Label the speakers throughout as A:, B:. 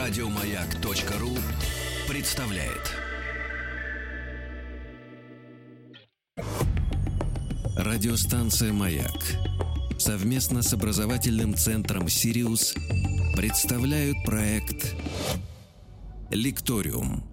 A: Радиомаяк.ру представляет. Радиостанция «Маяк» совместно с образовательным центром «Сириус» представляют проект «Лекториум».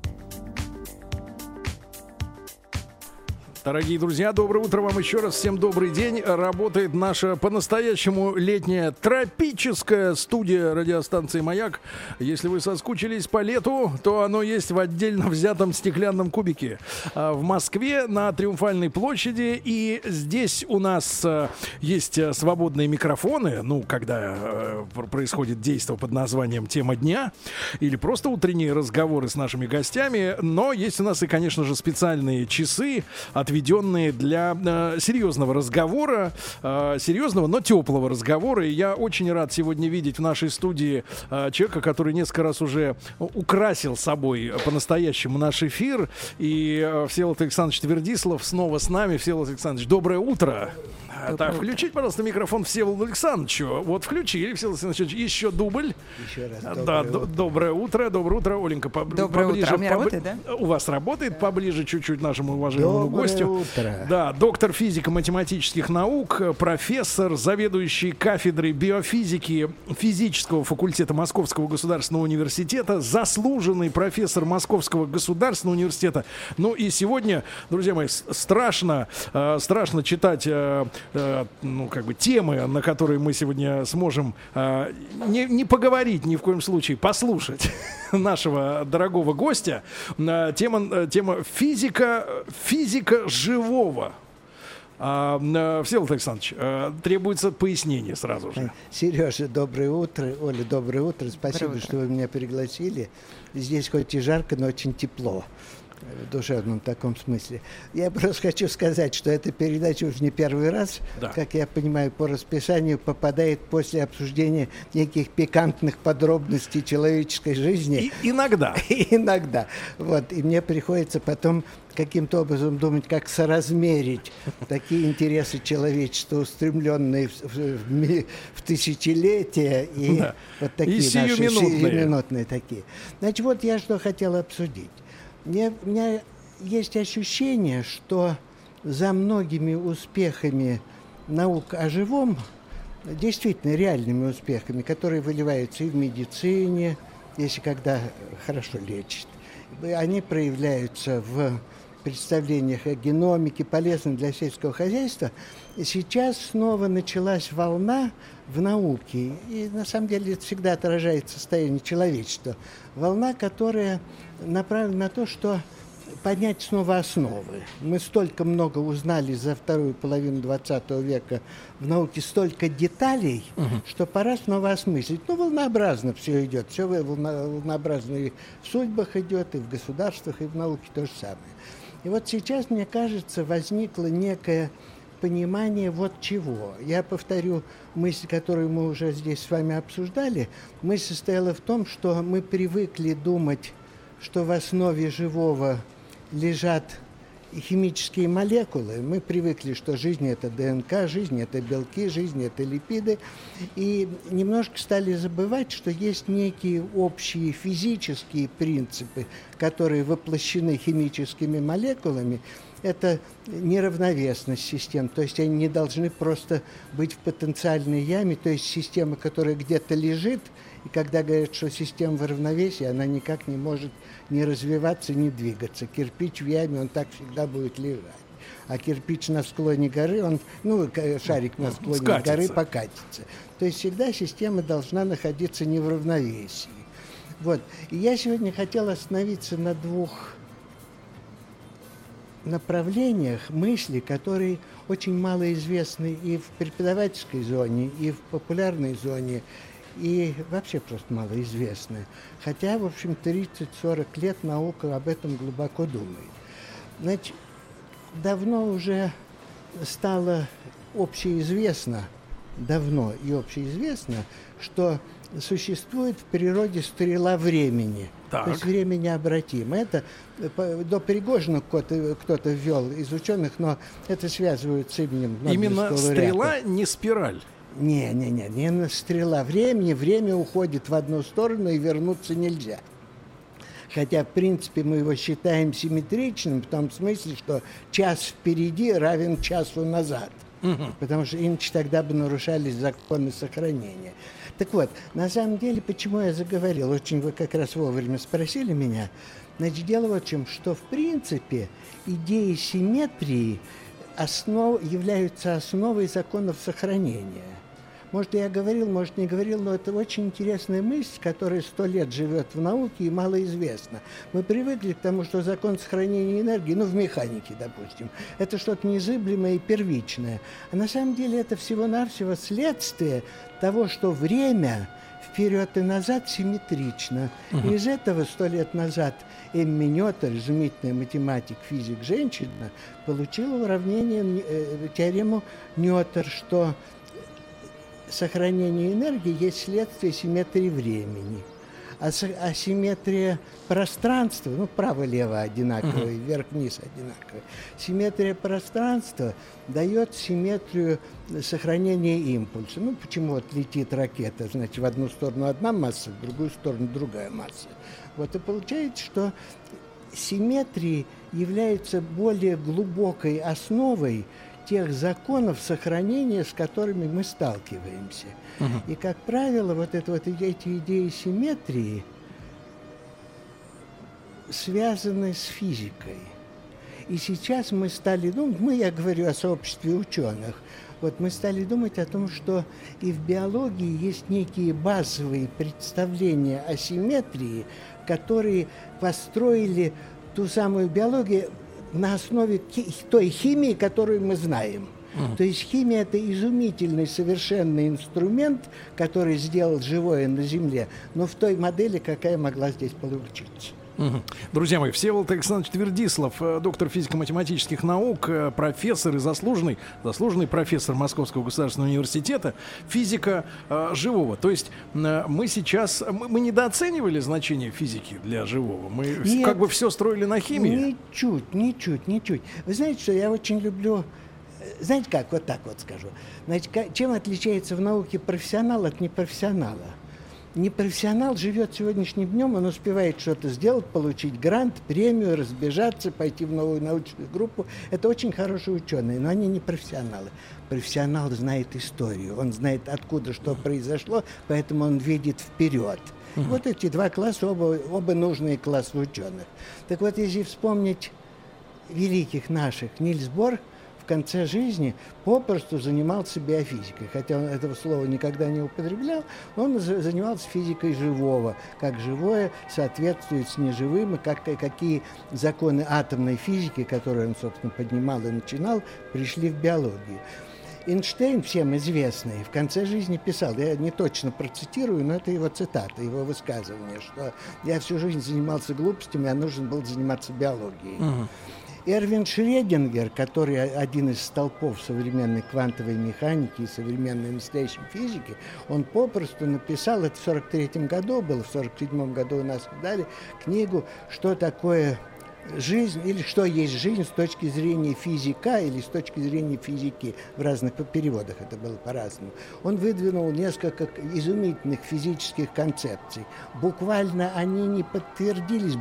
B: Дорогие друзья, доброе утро вам еще раз. Всем добрый день. Работает наша по-настоящему летняя тропическая студия радиостанции «Маяк». Если вы соскучились по лету, то оно есть в отдельно взятом стеклянном кубике в Москве на Триумфальной площади. И здесь у нас есть свободные микрофоны, когда происходит действо под названием «Тема дня» или просто утренние разговоры с нашими гостями. Но есть у нас и, конечно же, специальные часы, отведенные для серьезного разговора, серьезного, но теплого разговора. И я очень рад сегодня видеть в нашей студии человека, который несколько раз уже украсил собой по-настоящему наш эфир. И Всеволод Александрович Твердислав снова с нами. Всеволод Александрович, доброе утро. Так, включить, пожалуйста, микрофон Всеволоду Александровичу. Вот включили, Всеволод Александрович, еще дубль.
C: Еще раз.
B: Доброе утро. Доброе утро, Оленька.
D: Доброе утро. У меня работает, да?
B: У вас работает, поближе чуть-чуть нашему уважаемому гостю.
C: Утро.
B: Да, доктор физико-математических наук, профессор, заведующий кафедрой биофизики физического факультета Московского государственного университета, заслуженный профессор Московского государственного университета. Ну и сегодня, друзья мои, страшно читать темы, на которые мы сегодня сможем не поговорить ни в коем случае, послушать нашего дорогого гостя. Тема физика живого. Всеволод Александрович, требуется пояснение сразу же.
C: Сережа, доброе утро. Оля, доброе утро. Спасибо, что вы меня пригласили. Здесь хоть и жарко, но очень тепло. В душевном таком смысле. Я просто хочу сказать, что эта передача уже не первый раз, как я понимаю, по расписанию попадает после обсуждения неких пикантных подробностей человеческой жизни.
B: Иногда.
C: Иногда. Вот. И мне приходится потом каким-то образом думать, как соразмерить такие интересы человечества, устремленные в тысячелетия, и вот такие
B: и
C: наши сиюминутные такие. Значит, вот я что хотел обсудить. У меня есть ощущение, что за многими успехами наук о живом, действительно реальными успехами, которые выливаются и в медицине, если когда хорошо лечат, они проявляются в представлениях о геномике, полезных для сельского хозяйства. И сейчас снова началась волна в науке, и на самом деле это всегда отражает состояние человечества. Волна, которая направлена на то, что поднять снова основы. Мы столько много узнали за вторую половину 20 века в науке, столько деталей, что пора снова осмыслить. Волнообразно все идет, все волнообразно и в судьбах идет, и в государствах, и в науке то же самое. И вот сейчас, мне кажется, возникло некое понимание вот чего. Я повторю мысль, которую мы уже здесь с вами обсуждали. Мысль состояла в том, что мы привыкли думать, что в основе живого лежат химические молекулы. Мы привыкли, что жизнь – это ДНК, жизнь – это белки, жизнь – это липиды. И немножко стали забывать, что есть некие общие физические принципы, которые воплощены химическими молекулами. Это неравновесность систем, то есть они не должны просто быть в потенциальной яме, то есть система, которая где-то лежит, и когда говорят, что система в равновесии, она никак не может ни развиваться, ни двигаться. Кирпич в яме, он так всегда будет лежать. А кирпич на склоне горы, шарик на склоне горы покатится. То есть всегда система должна находиться не в равновесии. Вот. И я сегодня хотел остановиться на двух направлениях мысли, которые очень мало известны и в преподавательской зоне, и в популярной зоне, и вообще просто мало известны. Хотя, в общем, 30-40 лет наука об этом глубоко думает. Значит, давно уже стало общеизвестно, что существует в природе стрела времени.
B: Так.
C: То есть время необратимо. Это до Пригожина кто-то ввел из ученых, но это связывают с именем Нобелевского
B: Именно
C: лауреата.
B: стрела, не спираль.
C: Не стрела времени. Время уходит в одну сторону, и вернуться нельзя. Хотя, в принципе, мы его считаем симметричным в том смысле, что час впереди равен часу назад. Потому что иначе тогда бы нарушались законы сохранения. Так вот, на самом деле, почему я заговорил? Очень вы как раз вовремя спросили меня. Значит, дело вот в чем, что, в принципе, идеи симметрии являются основой законов сохранения. Может, я говорил, может, не говорил, но это очень интересная мысль, которая 100 лет живет в науке и малоизвестна. Мы привыкли к тому, что закон сохранения энергии, в механике, допустим, это что-то незыблемое и первичное. А на самом деле это всего-навсего следствие того, что время вперед и назад симметрично. И из этого 100 лет назад Эмми Ньотер, изумительная математик, физик, женщина, получила уравнение, теорему Ньотер, что сохранение энергии есть следствие симметрии времени. А симметрия пространства, право-лево одинаковое, вверх-вниз одинаковое. Симметрия пространства дает симметрию сохранения импульса. Почему летит ракета, значит, в одну сторону одна масса, в другую сторону другая масса. Вот и получается, что симметрия является более глубокой основой тех законов сохранения, с которыми мы сталкиваемся. И, как правило, эти идеи симметрии связаны с физикой. И сейчас мы стали думать, я говорю о сообществе ученых, мы стали думать о том, что и в биологии есть некие базовые представления о симметрии, которые построили ту самую биологию на основе той химии, которую мы знаем. То есть химия – это изумительный, совершенный инструмент, который сделал живое на Земле, но в той модели, какая могла здесь получиться.
B: Друзья мои, Всеволод Александрович Твердислав, доктор физико-математических наук, профессор и заслуженный профессор Московского государственного университета, физика живого. То есть мы сейчас недооценивали значение физики для живого? Мы как бы все строили на химии?
C: Ничуть. Вы знаете, что я очень люблю... Знаете как, вот так вот скажу. Значит, чем отличается в науке профессионал от непрофессионала? Непрофессионал живет сегодняшним днем, он успевает что-то сделать, получить грант, премию, разбежаться, пойти в новую научную группу. Это очень хорошие ученые, но они не профессионалы. Профессионал знает историю, он знает, откуда что произошло, поэтому он видит вперед. Вот эти два класса, оба нужные классы ученых. Так вот, если вспомнить великих наших, Нильс Бор в конце жизни попросту занимался биофизикой. Хотя он этого слова никогда не употреблял, он занимался физикой живого. Как живое соответствует с неживым, и какие законы атомной физики, которые он, собственно, поднимал и начинал, пришли в биологию. Эйнштейн, всем известный, в конце жизни писал, я не точно процитирую, но это его цитата, его высказывание, что я всю жизнь занимался глупостями, а нужен был заниматься биологией. Эрвин Шрёдингер, который один из столпов современной квантовой механики и современной настоящей физики, он попросту написал, это в 1943 году было, в 1947 году у нас дали книгу «Что такое жизнь» или «Что есть жизнь» с точки зрения физика или с точки зрения физики. В разных переводах это было по-разному. Он выдвинул несколько изумительных физических концепций. Буквально они не подтвердились,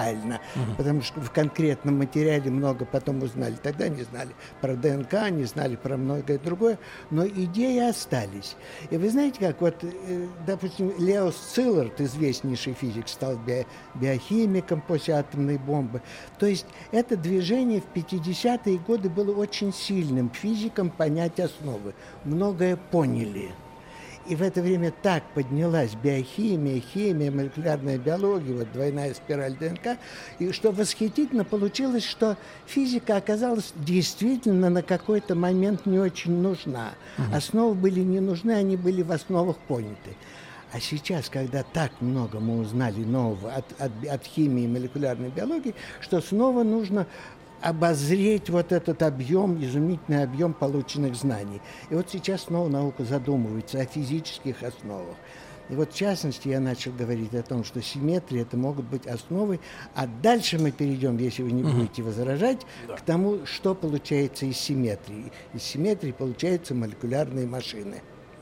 C: потому что в конкретном материале много потом узнали. Тогда не знали про ДНК, не знали про многое другое, но идеи остались. И вы знаете, как допустим, Леос Циллард, известнейший физик, стал биохимиком после атомной бомбы. То есть это движение в 50-е годы было очень сильным. Физикам понять основы. Многое поняли. И в это время так поднялась биохимия, химия, молекулярная биология, двойная спираль ДНК, и что восхитительно получилось, что физика оказалась действительно на какой-то момент не очень нужна. Основы были не нужны, они были в основах поняты. А сейчас, когда так много мы узнали нового от химии и молекулярной биологии, что снова нужно обозреть этот объем, изумительный объем полученных знаний. И сейчас снова наука задумывается о физических основах. И в частности, я начал говорить о том, что симметрия – это могут быть основой, а дальше мы перейдем, если вы не будете возражать, к тому, что получается из симметрии. Из симметрии получаются молекулярные машины.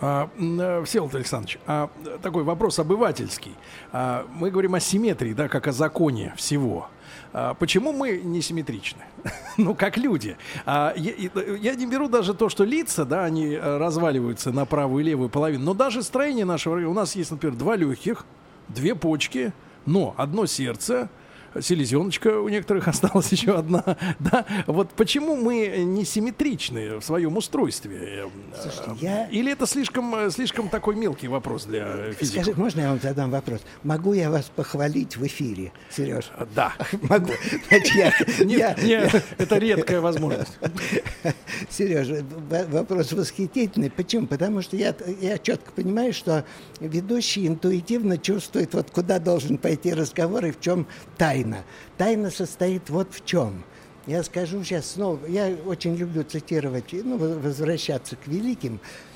B: Всеволод Александрович, такой вопрос обывательский. Мы говорим о симметрии, да, как о законе всего. Почему мы не симметричны? Ну, как люди. Я не беру даже то, что лица, да, они разваливаются на правую и левую половину. Но даже строение нашего... У нас есть, например, 2 легких, 2 почки, но одно сердце, селезеночка у некоторых осталась еще одна. Да? Вот почему мы не симметричны в своем устройстве? Слушайте, или это слишком такой мелкий вопрос для физиков?
C: Скажи, можно я вам задам вопрос? Могу я вас похвалить в эфире, Сереж?
B: Да.
C: Могу.
B: Нет, это редкая возможность.
C: Сереж, вопрос восхитительный. Почему? Потому что я четко понимаю, что ведущий интуитивно чувствует, вот куда должен пойти разговор и в чем тайна. Тайна состоит вот в чем. Я скажу сейчас снова, я очень люблю цитировать, возвращаться к великим.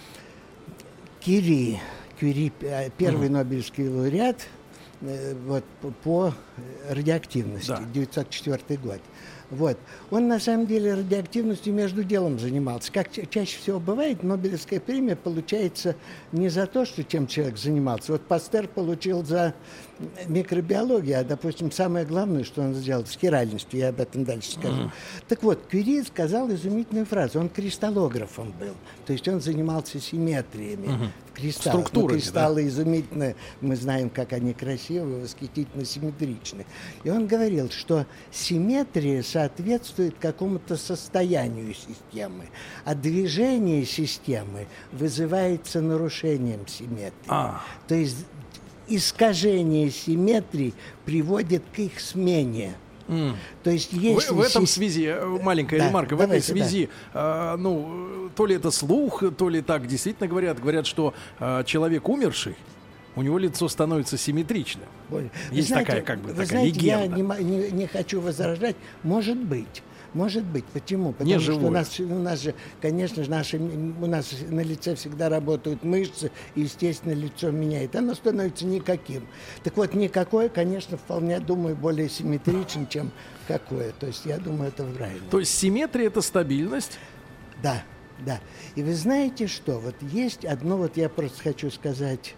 C: Кюри, первый Нобелевский лауреат по радиоактивности, 1904 год. Вот. Он, на самом деле, радиоактивностью между делом занимался. Как чаще всего бывает, Нобелевская премия получается не за то, что чем человек занимался. Вот Пастер получил за микробиологию, а, допустим, самое главное, что он сделал, с хиральностью, я об этом дальше скажу. Так вот, Кюри сказал изумительную фразу. Он кристаллографом был, то есть он занимался симметриями в кристаллах. Кристаллы изумительные, мы знаем, как они красивые, восхитительно симметричны. И он говорил, что симметрия соответствует какому-то состоянию системы, а движение системы вызывается нарушением симметрии. То есть искажение симметрии приводит к их смене. То есть если
B: в этом связи, маленькая ремарка, в этой связи, то ли это слух, то ли так действительно говорят, что человек умерший, у него лицо становится симметричным. Есть такая, такая легенда.
C: Я не хочу возражать. Может быть. Почему? Потому что у нас же, конечно же, у нас на лице всегда работают мышцы, и, естественно, лицо меняет. Оно становится никаким. Так вот, никакое, конечно, вполне, думаю, более симметричен, чем какое. То есть, я думаю, это правильно.
B: То есть, симметрия — это стабильность?
C: Да. И вы знаете что? Вот есть одно, я просто хочу сказать,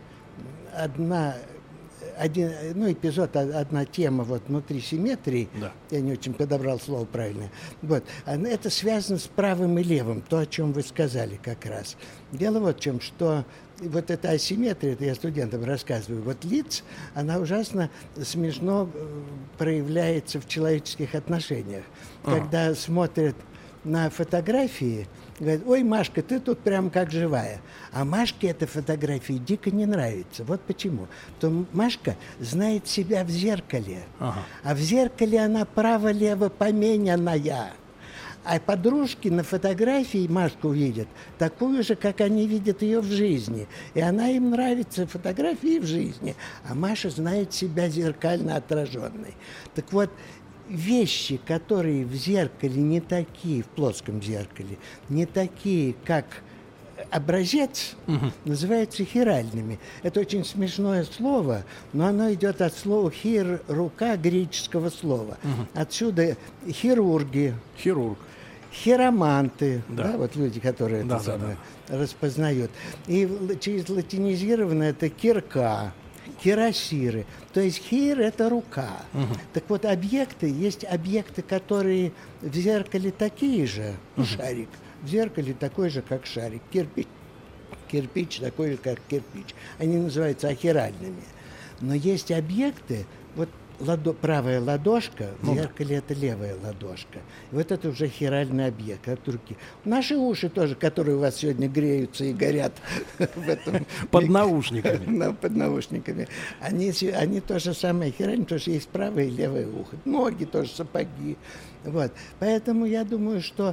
C: эпизод, одна тема внутри симметрии, я не очень подобрал слово правильное, это связано с правым и левым, то, о чем вы сказали как раз. Дело вот в чем, что вот эта асимметрия, это я студентам рассказываю, лиц, она ужасно смешно проявляется в человеческих отношениях. Когда смотрят на фотографии, говорят: ой, Машка, ты тут прям как живая. А Машке эта фотография дико не нравится. Вот почему. То Машка знает себя в зеркале. А в зеркале она право-лево помененная. А подружки на фотографии Машку видят такую же, как они видят ее в жизни. И она им нравится, фотографии в жизни. А Маша знает себя зеркально отраженной. Так вот, вещи, которые в зеркале не такие, в плоском зеркале, не такие, как образец, называются хиральными. Это очень смешное слово, но оно идет от слова «хир» — рука, греческого слова. Отсюда хирурги, хироманты, люди, которые это самое распознают. И через латинизированное это кирка, кирасиры. То есть хир — это рука. Так вот, есть объекты, которые в зеркале такие же, шарик, в зеркале такой же, как шарик, кирпич такой же, как кирпич. Они называются ахиральными. Но есть объекты, правая ладошка, в зеркале это левая ладошка. И это уже хиральный объект от руки. Наши уши тоже, которые у вас сегодня греются и горят в этом...
B: Под наушниками.
C: Под наушниками. Они то же самое хиральные, потому что есть правое и левое ухо. Ноги тоже, сапоги. Поэтому я думаю, что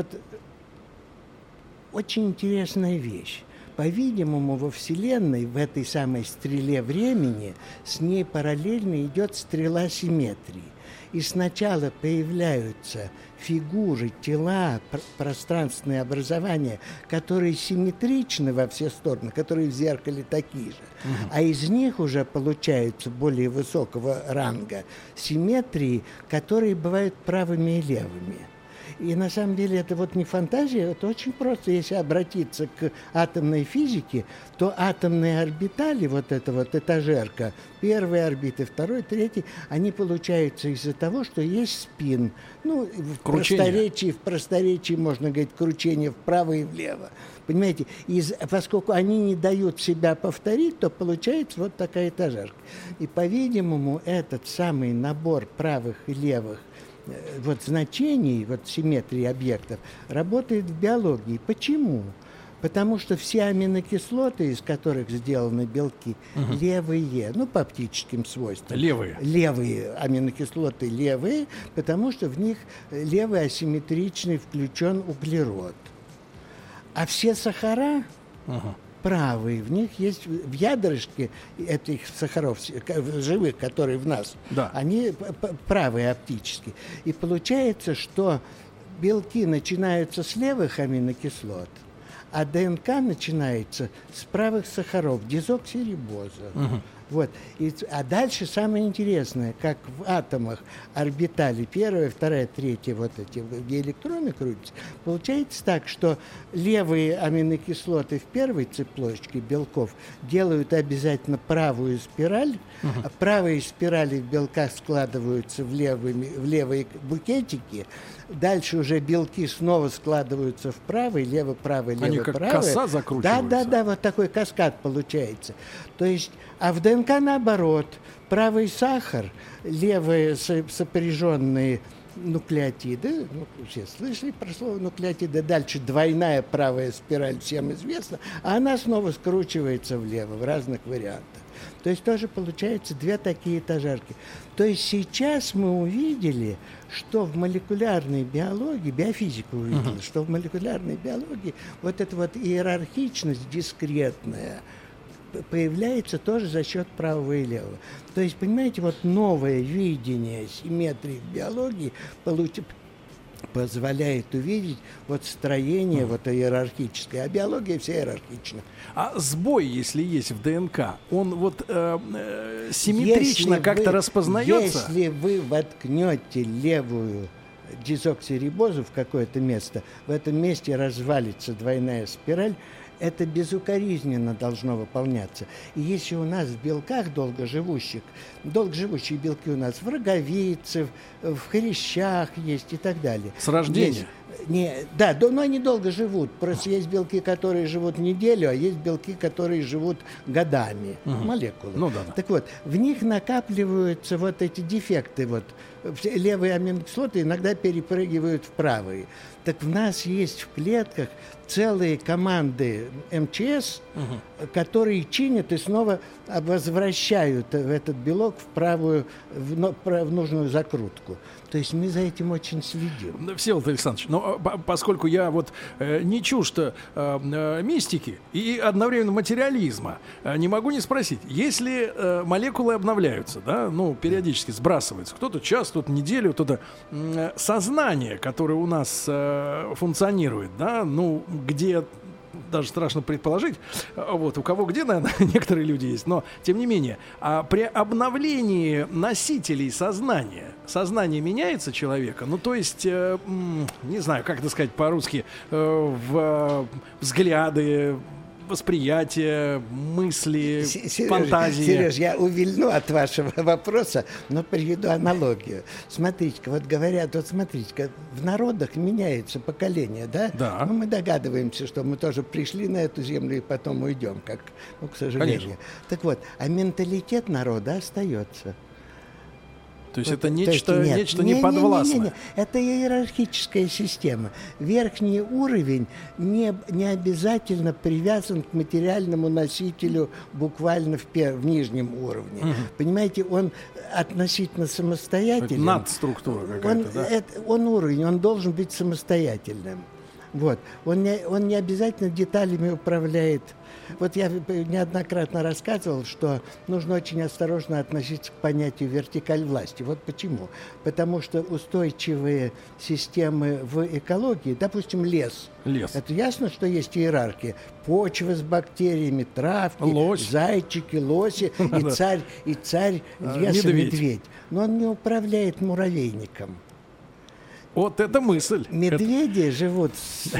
C: очень интересная вещь. По-видимому, во Вселенной, в этой самой стреле времени, с ней параллельно идет стрела симметрии. И сначала появляются фигуры, тела, пространственные образования, которые симметричны во все стороны, которые в зеркале такие же. А из них уже получаются более высокого ранга симметрии, которые бывают правыми и левыми. И на самом деле это вот не фантазия, это очень просто. Если обратиться к атомной физике, то атомные орбитали, вот эта вот этажерка, первой орбиты, второй, третьей, они получаются из-за того, что есть спин. Ну, в просторечии можно говорить кручение вправо и влево. Понимаете, поскольку они не дают себя повторить, то получается вот такая этажерка. И, по-видимому, этот самый набор правых и левых вот значений, вот симметрии объектов, работает в биологии. Почему? Потому что все аминокислоты, из которых сделаны белки, левые, ну, по оптическим свойствам. Левые аминокислоты левые, потому что в них левый асимметричный включен углерод. А все сахара правые, в них есть в ядрышке этих сахаров живых, которые в нас, они правые оптически. И получается, что белки начинаются с левых аминокислот, а ДНК начинается с правых сахаров, дезоксирибоза. Вот. А дальше самое интересное, как в атомах орбитали первая, вторая, третья, вот эти, где электроны крутятся, получается так, что левые аминокислоты в первой цепочке белков делают обязательно правую спираль, а правые спирали в белках складываются в левые букетики. Дальше уже белки снова складываются в правый, лево-правый, лево-правый.
B: Они как коса закручиваются.
C: Да, вот такой каскад получается. То есть, а в ДНК наоборот. Правый сахар, левые сопряженные нуклеотиды, ну, все слышали про слово нуклеотиды, дальше двойная правая спираль, всем известна, а она снова скручивается влево в разных вариантах. То есть тоже получается две такие этажерки. То есть сейчас мы увидели, что в молекулярной биологии, биофизика увидела, что в молекулярной биологии вот эта вот иерархичность дискретная появляется тоже за счет правого и левого. То есть, понимаете, вот новое видение симметрии в биологии позволяет увидеть вот строение вот иерархическое, а биология вся иерархична.
B: А сбой, если есть в ДНК, он вот симметрично как-то распознается?
C: Если вы воткнете левую дезоксирибозу в какое-то место, в этом месте развалится двойная спираль, это безукоризненно должно выполняться. И если у нас в белках долгоживущие белки у нас в роговице, в хрящах есть и так далее.
B: С рождения?
C: Но они долго живут. Просто есть белки, которые живут неделю, а есть белки, которые живут годами. Молекулы. Так вот, в них накапливаются вот эти дефекты. Вот. Левые аминокислоты иногда перепрыгивают в правые. Так в нас есть в клетках целые команды МЧС, которые чинят и снова возвращают этот белок в нужную закрутку. То есть мы за этим очень следим.
B: Всеволод Александрович, но поскольку я вот не чужд мистики и одновременно материализма, не могу не спросить, если молекулы обновляются, да, ну, периодически сбрасываются, кто-то час, кто-то неделю, кто-то сознание, которое у нас функционирует, да, ну, где даже страшно предположить, вот, у кого где, наверное, некоторые люди есть, но, тем не менее, при обновлении носителей сознание меняется человека, ну, то есть, не знаю, как это сказать по-русски, взгляды, восприятие, мысли, фантазии.
C: Сереж, я увильну от вашего вопроса, но приведу аналогию. Смотрите-ка, вот говорят, вот смотрите-ка, в народах меняется поколение, да?
B: Да.
C: Ну, мы догадываемся, что мы тоже пришли на эту землю и потом уйдем, как, ну, к сожалению.
B: Конечно.
C: Так вот, а менталитет народа остается.
B: То есть это нечто неподвластное.
C: Это иерархическая система. Верхний уровень не обязательно привязан к материальному носителю буквально в нижнем уровне. Понимаете, он относительно самостоятельный.
B: Надструктура какая-то, да?
C: Он уровень, он должен быть самостоятельным. Вот. Он не обязательно деталями управляет. Вот я неоднократно рассказывал, что нужно очень осторожно относиться к понятию вертикаль власти. Вот почему. Потому что устойчивые системы в экологии, допустим, лес. Это ясно, что есть иерархия. Почва с бактериями, травки, зайчики, лоси, и царь леса медведь. Но он не управляет муравейником.
B: Вот это мысль.
C: Медведи живут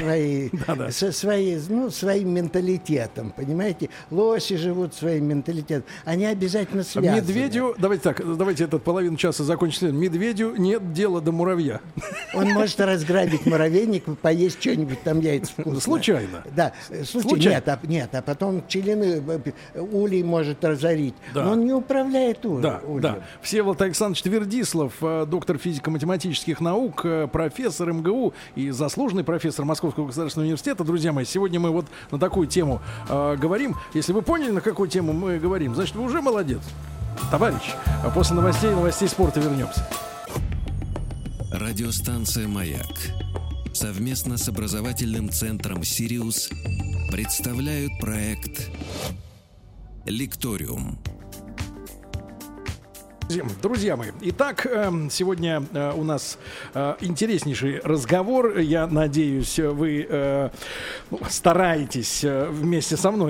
C: своим менталитетом, понимаете? Лоси живут своим менталитетом. Они обязательно связаны.
B: Медведю, давайте этот половину часа закончим. Медведю нет дела до муравья.
C: Он может разграбить муравейник и поесть что-нибудь, там яйца вкусные.
B: Случайно.
C: Да, случайно. Нет, а потом пчелиный улей может разорить. Да. Но он не управляет ульем.
B: Да. Всеволод Александрович Твердислав, доктор физико-математических наук, профессор МГУ и заслуженный профессор Московского государственного университета. Друзья мои, сегодня мы вот на такую тему говорим. Если вы поняли, на какую тему мы говорим, значит, вы уже молодец, товарищ. А после новостей спорта вернемся.
A: Радиостанция «Маяк» совместно с образовательным центром «Сириус» представляют проект «Лекториум».
B: Друзья мои, итак, сегодня у нас интереснейший разговор. Я надеюсь, вы стараетесь вместе со мной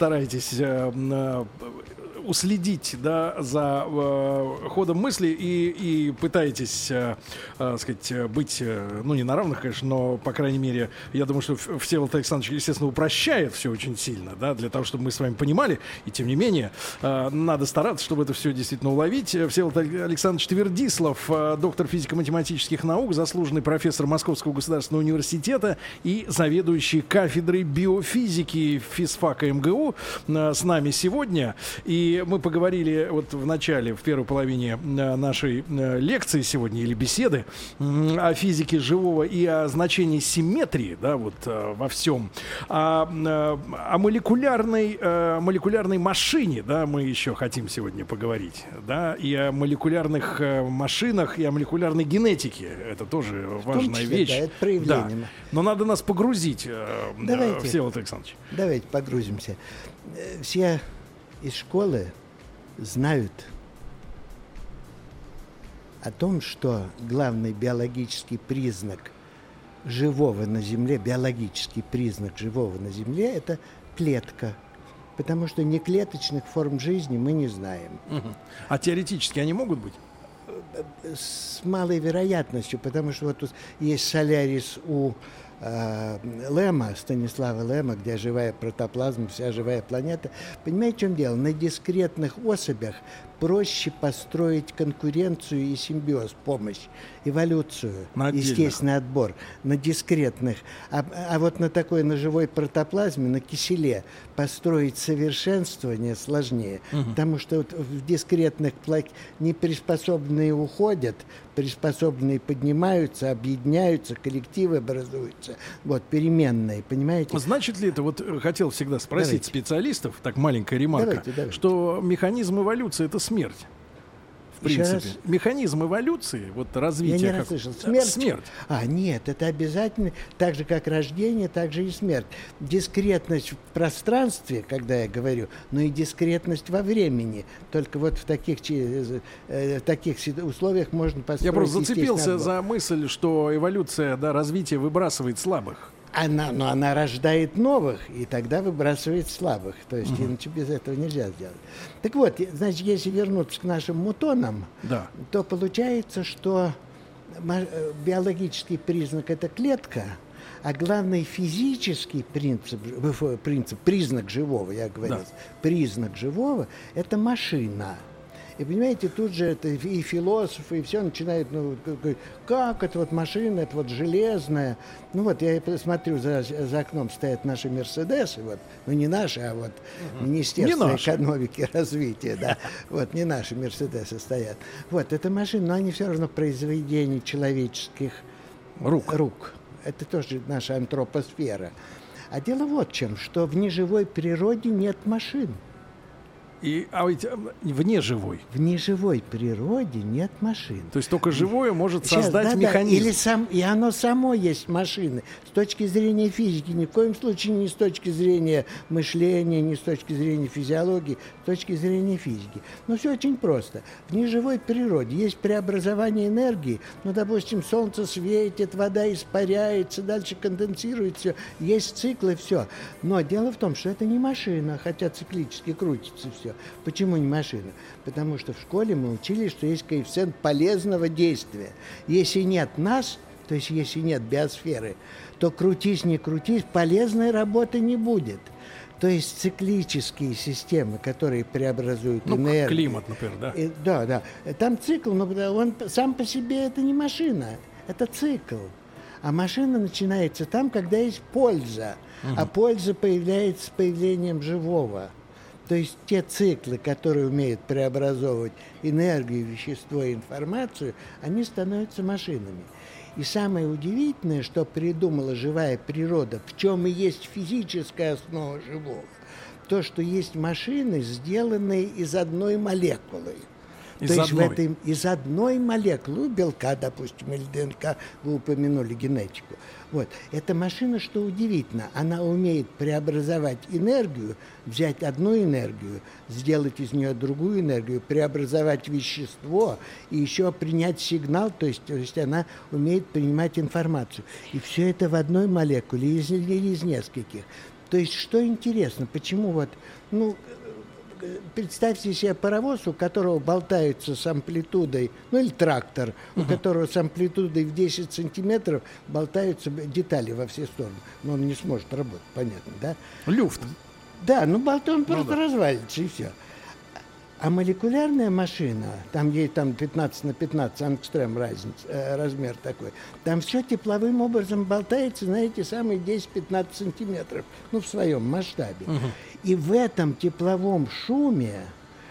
B: уследить, да, за ходом мысли и пытаетесь, быть, не на равных, конечно, но, по крайней мере, я думаю, что Всеволод Александрович, естественно, упрощает все очень сильно, да, для того, чтобы мы с вами понимали, и тем не менее, надо стараться, чтобы это все действительно уловить. Всеволод Александрович Твердислав, доктор физико-математических наук, заслуженный профессор Московского государственного университета и заведующий кафедрой биофизики физфака МГУ с нами сегодня. И мы поговорили вот в первой половине нашей лекции сегодня, или беседы, о физике живого и о значении симметрии, да, вот во всем. О молекулярной машине, да, мы еще хотим сегодня поговорить, да, и о молекулярных машинах, и о молекулярной генетике. Это тоже важная вещь. Да,
C: это проявление.
B: Да. Но надо нас погрузить, Всеволод Александрович.
C: Давайте погрузимся. Все из школы знают о том, что главный биологический признак живого на Земле, это клетка. Потому что неклеточных форм жизни мы не знаем.
B: А теоретически они могут быть?
C: С малой вероятностью, потому что вот есть Солярис у Лема, Станислава Лема, где живая протоплазма, вся живая планета. Понимаете, в чем дело? На дискретных особях проще построить конкуренцию и симбиоз, помощь, эволюцию, естественный отбор на дискретных. А вот на живой протоплазме, на киселе, построить совершенствование сложнее, потому что вот в дискретных неприспособленные уходят, приспособленные поднимаются, объединяются, коллективы образуются. Вот, переменные, понимаете?
B: Значит ли это, вот хотел всегда спросить специалистов, так маленькая ремарка,
C: давайте.
B: Что механизм эволюции — это смерть? В принципе. Механизм эволюции, вот развития...
C: Я не расслышал. Смерть. Нет, это обязательно. Так же, как рождение, так же и смерть. Дискретность в пространстве, когда я говорю, но и дискретность во времени. Только вот в таких условиях можно построить...
B: Я просто зацепился за мысль, что эволюция, да, развитие выбрасывает слабых.
C: Она рождает новых, и тогда выбрасывает слабых. То есть иначе без этого нельзя сделать. Так вот, значит, если вернуться к нашим мутонам, то получается, что биологический признак — это клетка, а главный физический признак живого, я говорю, признак живого — это машина. И понимаете, тут же это и философы, и все начинают, как это вот машина, это вот железная. Я смотрю, за окном стоят наши Мерседесы, не наши, а вот Министерство экономики и развития, да. Вот, не наши Мерседесы стоят. Вот, это машины, но они все равно произведение человеческих рук. Это тоже наша антропосфера. А дело вот в чем, что в неживой природе нет машин.
B: А ведь в неживой
C: природе нет машин.
B: То есть только живое может создать механизм.
C: И оно само есть машины. С точки зрения физики, ни в коем случае не с точки зрения мышления, не с точки зрения физиологии, с точки зрения физики. Но все очень просто. В неживой природе есть преобразование энергии. Допустим, солнце светит, вода испаряется, дальше конденсирует все. Есть циклы, все. Но дело в том, что это не машина, хотя циклически крутится все. Почему не машина? Потому что в школе мы учили, что есть коэффициент полезного действия. Если нет нас, то есть если нет биосферы, то крутись, не крутись, полезной работы не будет. То есть циклические системы, которые преобразуют энергию.
B: Климат, например, да?
C: Да. Там цикл, но он сам по себе это не машина, это цикл. А машина начинается там, когда есть польза. А польза появляется с появлением живого. То есть те циклы, которые умеют преобразовывать энергию, вещество и информацию, они становятся машинами. И самое удивительное, что придумала живая природа, в чем и есть физическая основа живого, то, что есть машины, сделанные из одной молекулы. Из одной молекулы, белка, допустим, или ДНК, вы упомянули генетику. Вот. Эта машина, что удивительно, она умеет преобразовать энергию, взять одну энергию, сделать из нее другую энергию, преобразовать вещество и еще принять сигнал, то есть она умеет принимать информацию. И все это в одной молекуле или из нескольких. То есть, что интересно, почему представьте себе паровоз, у которого болтаются с амплитудой, или трактор, у которого с амплитудой в 10 сантиметров болтаются детали во все стороны. Но он не сможет работать, понятно, да?
B: Люфт.
C: Да, он просто развалится, и все. А молекулярная машина, там ей 15 на 15 ангстрем размер такой, там все тепловым образом болтается на эти самые 10-15 сантиметров, в своем масштабе. И в этом тепловом шуме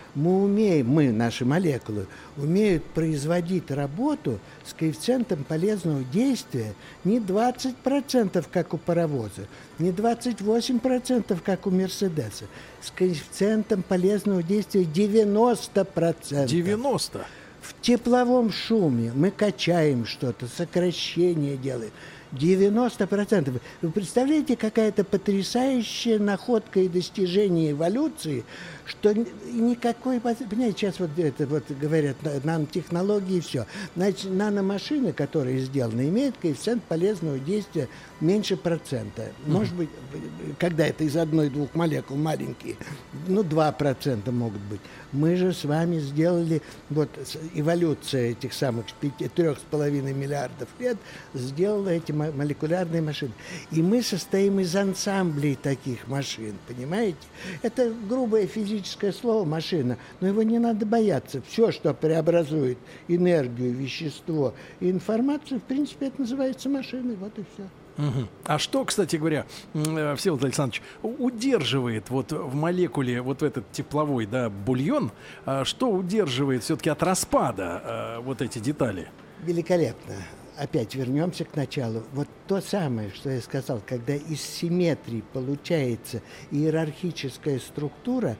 C: наши молекулы, умеют производить работу с коэффициентом полезного действия не 20%, как у паровоза, не 28%, как у Мерседеса, с коэффициентом полезного действия 90%.
B: 90%?
C: В тепловом шуме мы качаем что-то, сокращение делаем. 90%. Вы представляете, какая-то потрясающая находка и достижение эволюции, что никакой... Понимаете, сейчас говорят, нанотехнологии и все. Значит, наномашины, которые сделаны, имеют коэффициент полезного действия меньше процента. Может быть, когда это из одной-двух молекул маленькие, 2% могут быть. Мы же с вами сделали, эволюция этих самых 3,5 миллиардов лет сделала эти молекулярные машины. И мы состоим из ансамблей таких машин, понимаете? Это грубое физическое слово «машина», но его не надо бояться. Все, что преобразует энергию, вещество и информацию, в принципе, это называется машиной, вот и все.
B: А что, кстати говоря, Всеволод Александрович, удерживает в молекуле этот тепловой бульон, что удерживает все-таки от распада эти детали?
C: Великолепно. Опять вернемся к началу. То самое, что я сказал, когда из симметрии получается иерархическая структура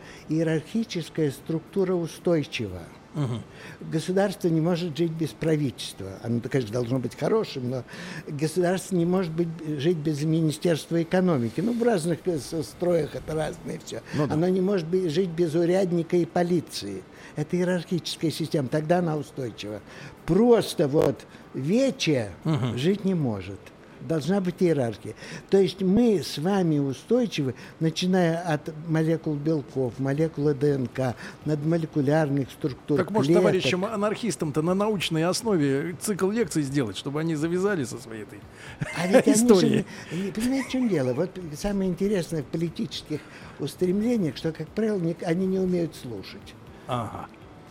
C: устойчива. Государство не может жить без правительства. Оно, конечно, должно быть хорошим, но государство не может жить без Министерства экономики. В разных строях это разное все. Оно не может жить без урядника и полиции. Это иерархическая система, тогда она устойчива. Просто вече жить не может. Должна быть иерархия. То есть мы с вами устойчивы, начиная от молекул белков, молекулы ДНК, надмолекулярных структур.
B: Так может,
C: клеток.
B: товарищам анархистам-то на научной основе цикл лекций сделать, чтобы они завязали со своей этой историей.
C: Понимаете, в чем дело? Самое интересное в политических устремлениях, что, как правило, они не умеют слушать.
B: Ага.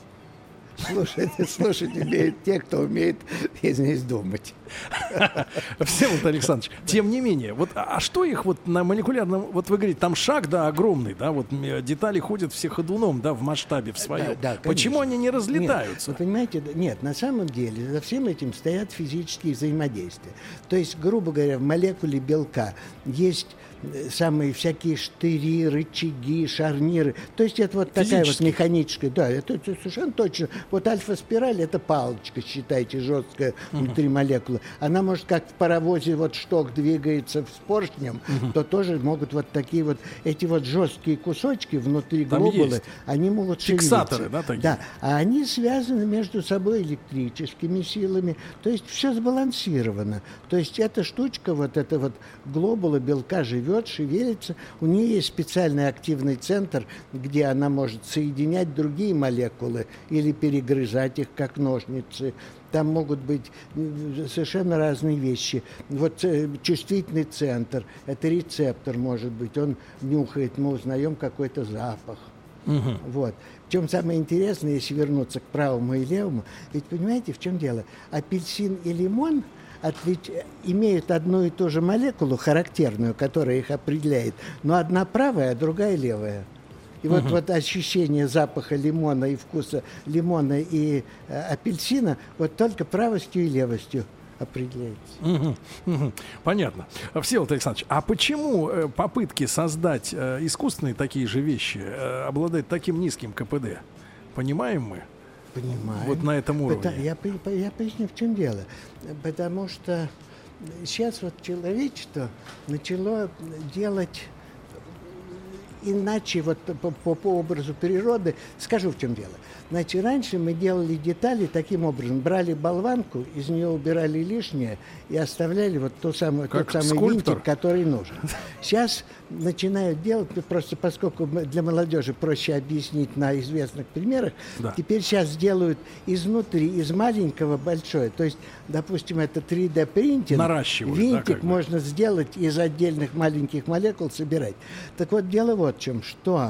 C: Слушать умеют те, кто умеет, извиняюсь, думать.
B: Всеволод Александрович, тем не менее, а что их на молекулярном, вы говорите, там шаг, огромный, детали ходят все ходуном, в масштабе в своем.
C: Да,
B: почему они не разлетаются?
C: Нет, вы понимаете, нет, на самом деле за всем этим стоят физические взаимодействия. То есть, грубо говоря, в молекуле белка есть самые всякие штыри, рычаги, шарниры. То есть это такая механическая, это совершенно точно. Альфа-спираль — это палочка, считайте, жесткая внутри молекулы. Она может, как в паровозе, шток двигается с поршнем, то тоже могут такие эти жесткие кусочки внутри глобулы, они могут шевелиться.
B: Фиксаторы, такие?
C: Да, а они связаны между собой электрическими силами. То есть все сбалансировано. То есть эта штучка, эта глобула белка живет живет, шевелится. У нее есть специальный активный центр, где она может соединять другие молекулы или перегрызать их, как ножницы. Там могут быть совершенно разные вещи. Вот чувствительный центр, это рецептор может быть, он нюхает, мы узнаем какой-то запах. Вот. Причем самое интересное, если вернуться к правому и левому, ведь понимаете, в чем дело? Апельсин и лимон имеют одну и ту же молекулу характерную, которая их определяет, но одна правая, а другая левая. И вот ощущение запаха лимона и вкуса лимона и апельсина вот только правостью и левостью определяется.
B: Понятно. Всеволод Александрович, а почему попытки создать искусственные такие же вещи обладают таким низким КПД? Понимаем мы?
C: Понимаем.
B: Вот на этом уровне.
C: Я поясню, в чем дело. Потому что сейчас вот человечество начало делать иначе, вот по образу природы. Скажу, в чем дело. Значит, раньше мы делали детали таким образом. Брали болванку, из нее убирали лишнее и оставляли вот тот самый винтик, который нужен. Сейчас начинают делать, просто поскольку для молодежи проще объяснить на известных примерах, теперь сейчас делают изнутри, из маленького большое. То есть, допустим, это 3D-принтинг.
B: Наращивают.
C: Винтик можно сделать из отдельных маленьких молекул, собирать. Так вот, дело вот в чем, что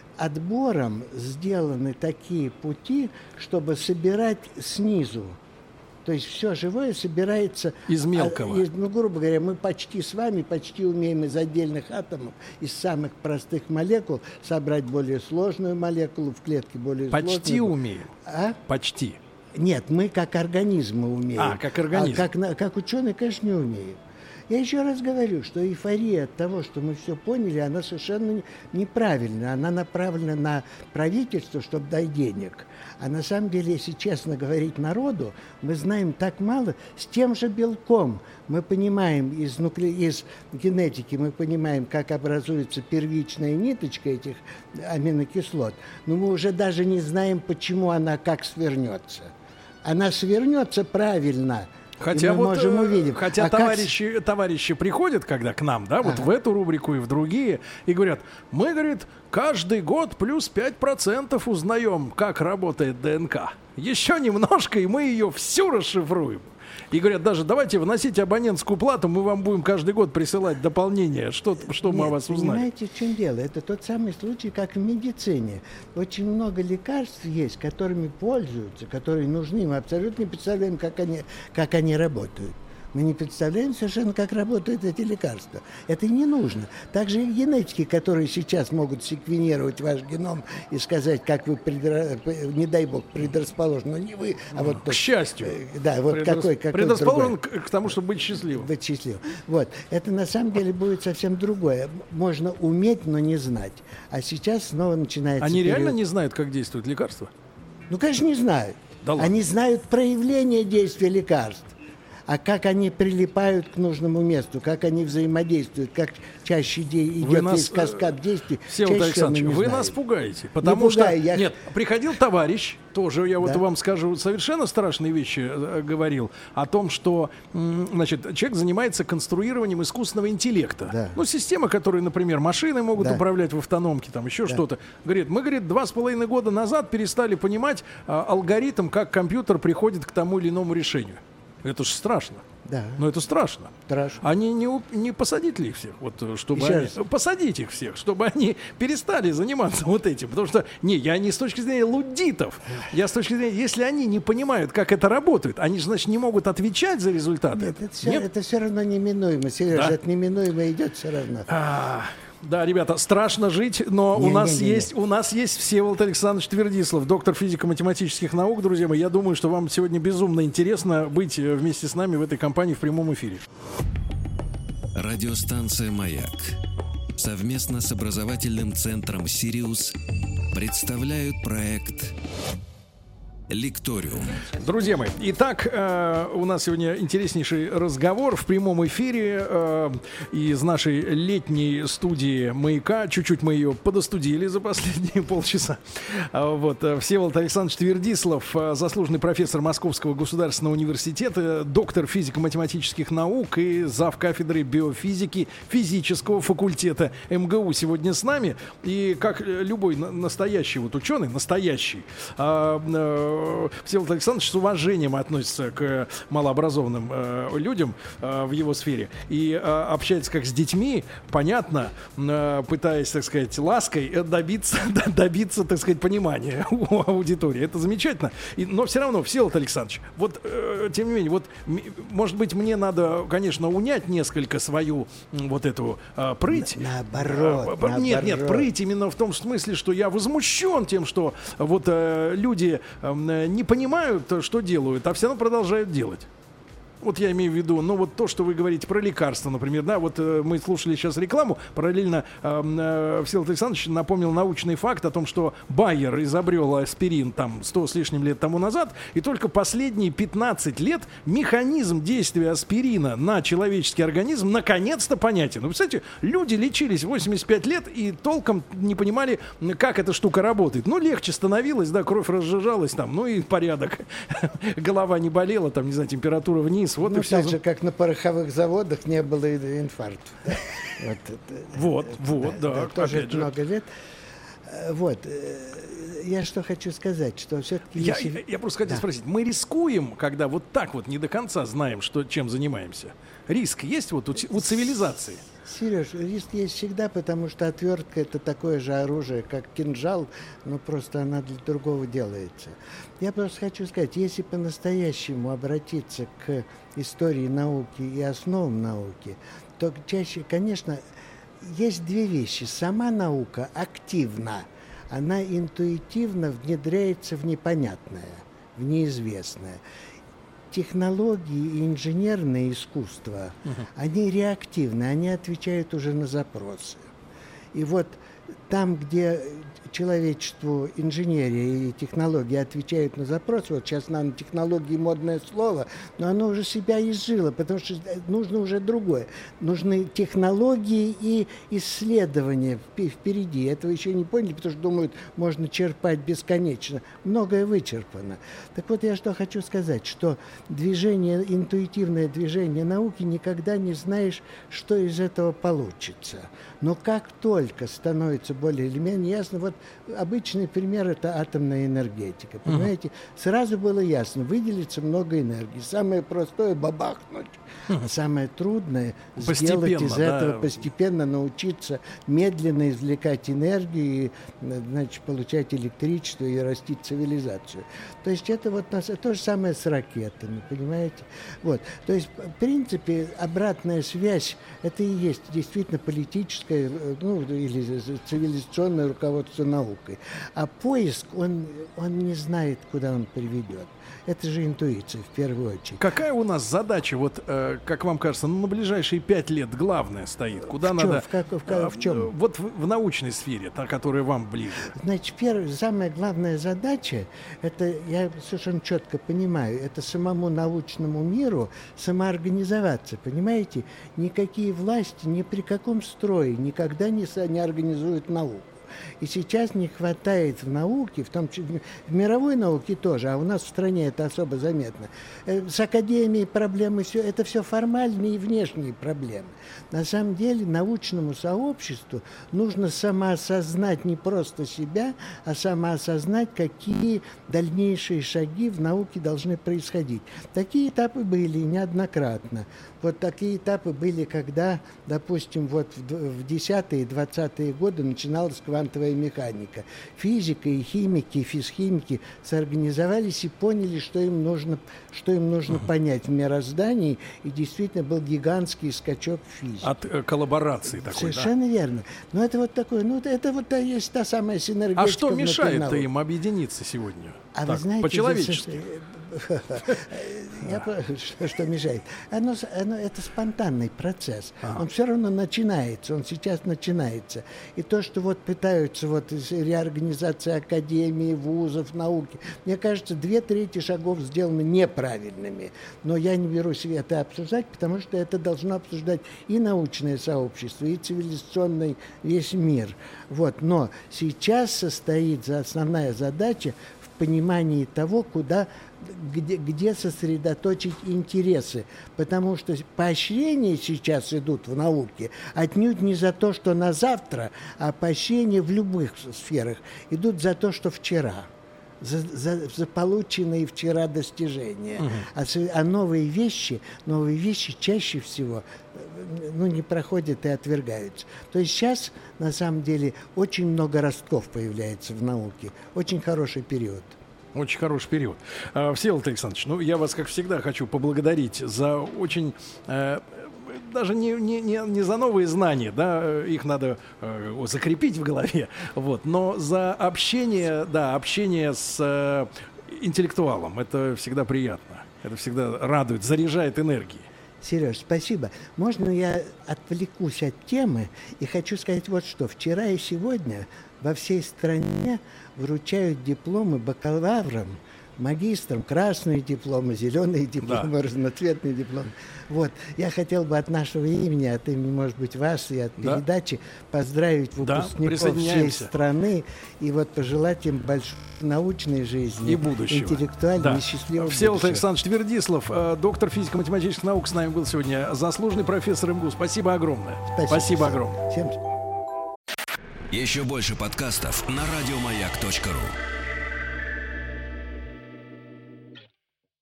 C: отбором сделаны такие пути, чтобы собирать снизу. То есть все живое собирается
B: из мелкого.
C: Грубо говоря, мы почти с вами почти умеем из отдельных атомов, из самых простых молекул собрать более сложную молекулу, в клетке более сложную.
B: Почти умеем? Почти.
C: Нет, мы как организмы умеем.
B: Как организм.
C: Как ученые, конечно, не умеем. Я еще раз говорю, что эйфория от того, что мы все поняли, она совершенно неправильная. Она направлена на правительство, чтобы дать денег. А на самом деле, если честно говорить народу, мы знаем так мало. С тем же белком мы понимаем из генетики, мы понимаем, как образуется первичная ниточка этих аминокислот. Но мы уже даже не знаем, почему она как свернется. Она свернется правильно.
B: Хотя мы можем увидеть. Хотя товарищи приходят, когда к нам, вот в эту рубрику и в другие, и говорят, мы, говорит, каждый год плюс 5% узнаем, как работает ДНК. Еще немножко, и мы ее всю расшифруем. И говорят, даже давайте вносите абонентскую плату, мы вам будем каждый год присылать дополнение, что мы о вас узнаем.
C: Понимаете, в чем дело? Это тот самый случай, как в медицине. Очень много лекарств есть, которыми пользуются, которые нужны. Мы абсолютно не представляем, как они работают. Мы не представляем совершенно, как работают эти лекарства. Это не нужно. Также и генетики, которые сейчас могут секвенировать ваш геном и сказать, как вы, не дай бог, предрасположены. Но не вы, а вот...
B: К счастью.
C: Да, вот какой
B: предрасположен к тому, чтобы быть счастливым.
C: Быть счастливым. Вот. Это на самом деле будет совсем другое. Можно уметь, но не знать. А сейчас снова начинается...
B: Они реально не знают, как действуют лекарства?
C: Ну, конечно, не знают.
B: Да ладно.
C: Они знают проявление действия лекарств. А как они прилипают к нужному месту, как они взаимодействуют, как чаще идет весь каскад действий.
B: Всеволод Александрович, вы нас пугаете. Потому что нет, приходил товарищ, тоже я вот вам скажу, совершенно страшные вещи говорил, о том, что человек занимается конструированием искусственного интеллекта.
C: Да.
B: Ну, система, которые, например, машины могут управлять в автономке, там еще что-то. Говорит, мы, 2,5 года назад перестали понимать алгоритм, как компьютер приходит к тому или иному решению. Это же страшно.
C: Да.
B: Но это страшно. Они не посадить ли их всех? Вот, чтобы посадить их всех, чтобы они перестали заниматься вот этим. Потому что, я не с точки зрения луддитов. Я с точки зрения, если они не понимают, как это работает, они же, значит, не могут отвечать за результаты.
C: Нет, это все равно неминуемо. Сережа, это неминуемо идет все равно.
B: Да, ребята, страшно жить, но у нас есть Всеволод Александрович Твердислав, доктор физико-математических наук. Друзья мои, я думаю, что вам сегодня безумно интересно быть вместе с нами в этой компании в прямом эфире.
A: Радиостанция «Маяк» совместно с образовательным центром «Сириус» представляют проект Лекториум.
B: Друзья мои, итак, у нас сегодня интереснейший разговор в прямом эфире из нашей летней студии «Маяка». Чуть-чуть мы ее подостудили за последние полчаса. Вот. Всеволод Александрович Твердислав, заслуженный профессор Московского государственного университета, доктор физико-математических наук и зав. Кафедры биофизики физического факультета МГУ сегодня с нами. И как любой настоящий вот ученый, настоящий, Всеволод Александрович с уважением относится к малообразованным людям в его сфере и общается как с детьми, понятно, пытаясь, так сказать, лаской добиться, так сказать, понимания у аудитории. Это замечательно. Но все равно, Всеволод Александрович, вот, тем не менее, вот, может быть, мне надо, конечно, унять несколько свою вот эту прыть.
C: Наоборот.
B: Нет, прыть именно в том смысле, что я возмущен тем, что вот люди не понимают, что делают, а все равно продолжают делать. Вот я имею в виду, ну вот то, что вы говорите про лекарства, например, да, вот мы слушали сейчас рекламу, параллельно Всеволод Александрович напомнил научный факт о том, что Байер изобрел аспирин там 100 с лишним лет тому назад, и только последние 15 лет механизм действия аспирина на человеческий организм наконец-то понятен. Ну, кстати, люди лечились 85 лет и толком не понимали, как эта штука работает. Ну, легче становилось, да, кровь разжижалась там, ну и порядок. Голова не болела, там, не знаю, температура вниз. Вот,
C: ну,
B: и все.
C: Так же, как на пороховых заводах не было инфаркта.
B: Вот, да.
C: Тоже много лет. Вот. Я что хочу сказать, что все-таки...
B: Я просто хотел спросить, мы рискуем, когда вот так вот не до конца знаем, чем занимаемся? Риск есть вот у цивилизации?
C: Сереж, риск есть всегда, потому что отвертка — это такое же оружие, как кинжал, но просто она для другого делается. Я просто хочу сказать, если по-настоящему обратиться к истории науки и основам науки, то чаще, конечно, есть две вещи. Сама наука активна, она интуитивно внедряется в непонятное, в неизвестное. Технологии и инженерное искусство, они реактивны, они отвечают уже на запросы. И вот там, где человечеству инженерия и технологии отвечают на запрос, вот сейчас нанотехнологии модное слово, но оно уже себя изжило, потому что нужно уже другое. Нужны технологии и исследования впереди. Этого еще не поняли, потому что думают, можно черпать бесконечно. Многое вычерпано. Так вот, я что хочу сказать, что интуитивное движение науки, никогда не знаешь, что из этого получится. Но как только становится более или менее ясно, вот обычный пример — это атомная энергетика. Понимаете, сразу было ясно, выделится много энергии. Самое простое — бабахнуть. А самое трудное — сделать из этого, постепенно научиться медленно извлекать энергию, и, значит, получать электричество и растить цивилизацию. То есть это вот то же самое с ракетами, понимаете? Вот. То есть, в принципе, обратная связь — это и есть действительно политическое, ну, или цивилизационное руководство наукой. А поиск, он не знает, куда он приведет. Это же интуиция, в первую очередь.
B: Какая у нас задача, вот, как вам кажется, на ближайшие 5 лет главная стоит? Куда надо?
C: В чем?
B: Вот в научной сфере, та, которая вам ближе.
C: Значит, самая главная задача, это, я совершенно четко понимаю, это самому научному миру самоорганизоваться, понимаете? Никакие власти ни при каком строе никогда не организуют науку. И сейчас не хватает в науке, в том числе в мировой науке тоже, а у нас в стране это особо заметно. С академией проблемы, это все формальные и внешние проблемы. На самом деле научному сообществу нужно самоосознать не просто себя, а самоосознать, какие дальнейшие шаги в науке должны происходить. Такие этапы были неоднократно. Вот такие этапы были, когда, допустим, вот в 10-е и 20-е годы начиналась квантовая механика. Физика и химики, и физхимики соорганизовались и поняли, что им нужно понять в мироздании, и действительно был гигантский скачок в физике.
B: От коллаборации такой,
C: совершенно верно. Но это вот такое, это вот есть та самая синергетика.
B: А что мешает им объединиться сегодня?
C: А вы знаете,
B: по-человечески.
C: Что мешает? Это спонтанный процесс. Он все равно начинается, он сейчас начинается. И то, что вот пытаются реорганизации академии, вузов, науки, мне кажется, 2/3 шагов сделаны неправильными. Но я не берусь это обсуждать, потому что это должно обсуждать и научное сообщество, и цивилизационный весь мир. Но сейчас состоит основная задача в понимании того, где сосредоточить интересы. Потому что поощрения сейчас идут в науке отнюдь не за то, что на завтра, а поощрения в любых сферах идут за то, что вчера. За полученные вчера достижения. А новые вещи чаще всего не проходят и отвергаются. То есть сейчас, на самом деле, очень много ростков появляется в науке. Очень хороший период.
B: Очень хороший период. Всеволод Александрович, я вас, как всегда, хочу поблагодарить за очень... даже не за новые знания, да, их надо закрепить в голове, но за общение с интеллектуалом. Это всегда приятно. Это всегда радует, заряжает энергией.
C: Сереж, спасибо. Можно я отвлекусь от темы и хочу сказать вот что. Вчера и сегодня во всей стране вручают дипломы бакалаврам, магистрам, красные дипломы, зеленые дипломы, разноцветные дипломы. Я хотел бы от нашего имени, от имени, может быть, вас и от передачи поздравить выпускников всей страны и пожелать им большой научной жизни и будущего, интеллектуальной и счастливого
B: Всеволод Александрович Твердислав, доктор физико-математических наук, с нами был сегодня, заслуженный профессор МГУ. Спасибо огромное. Спасибо огромное.
A: Еще больше подкастов на радиомаяк.ру.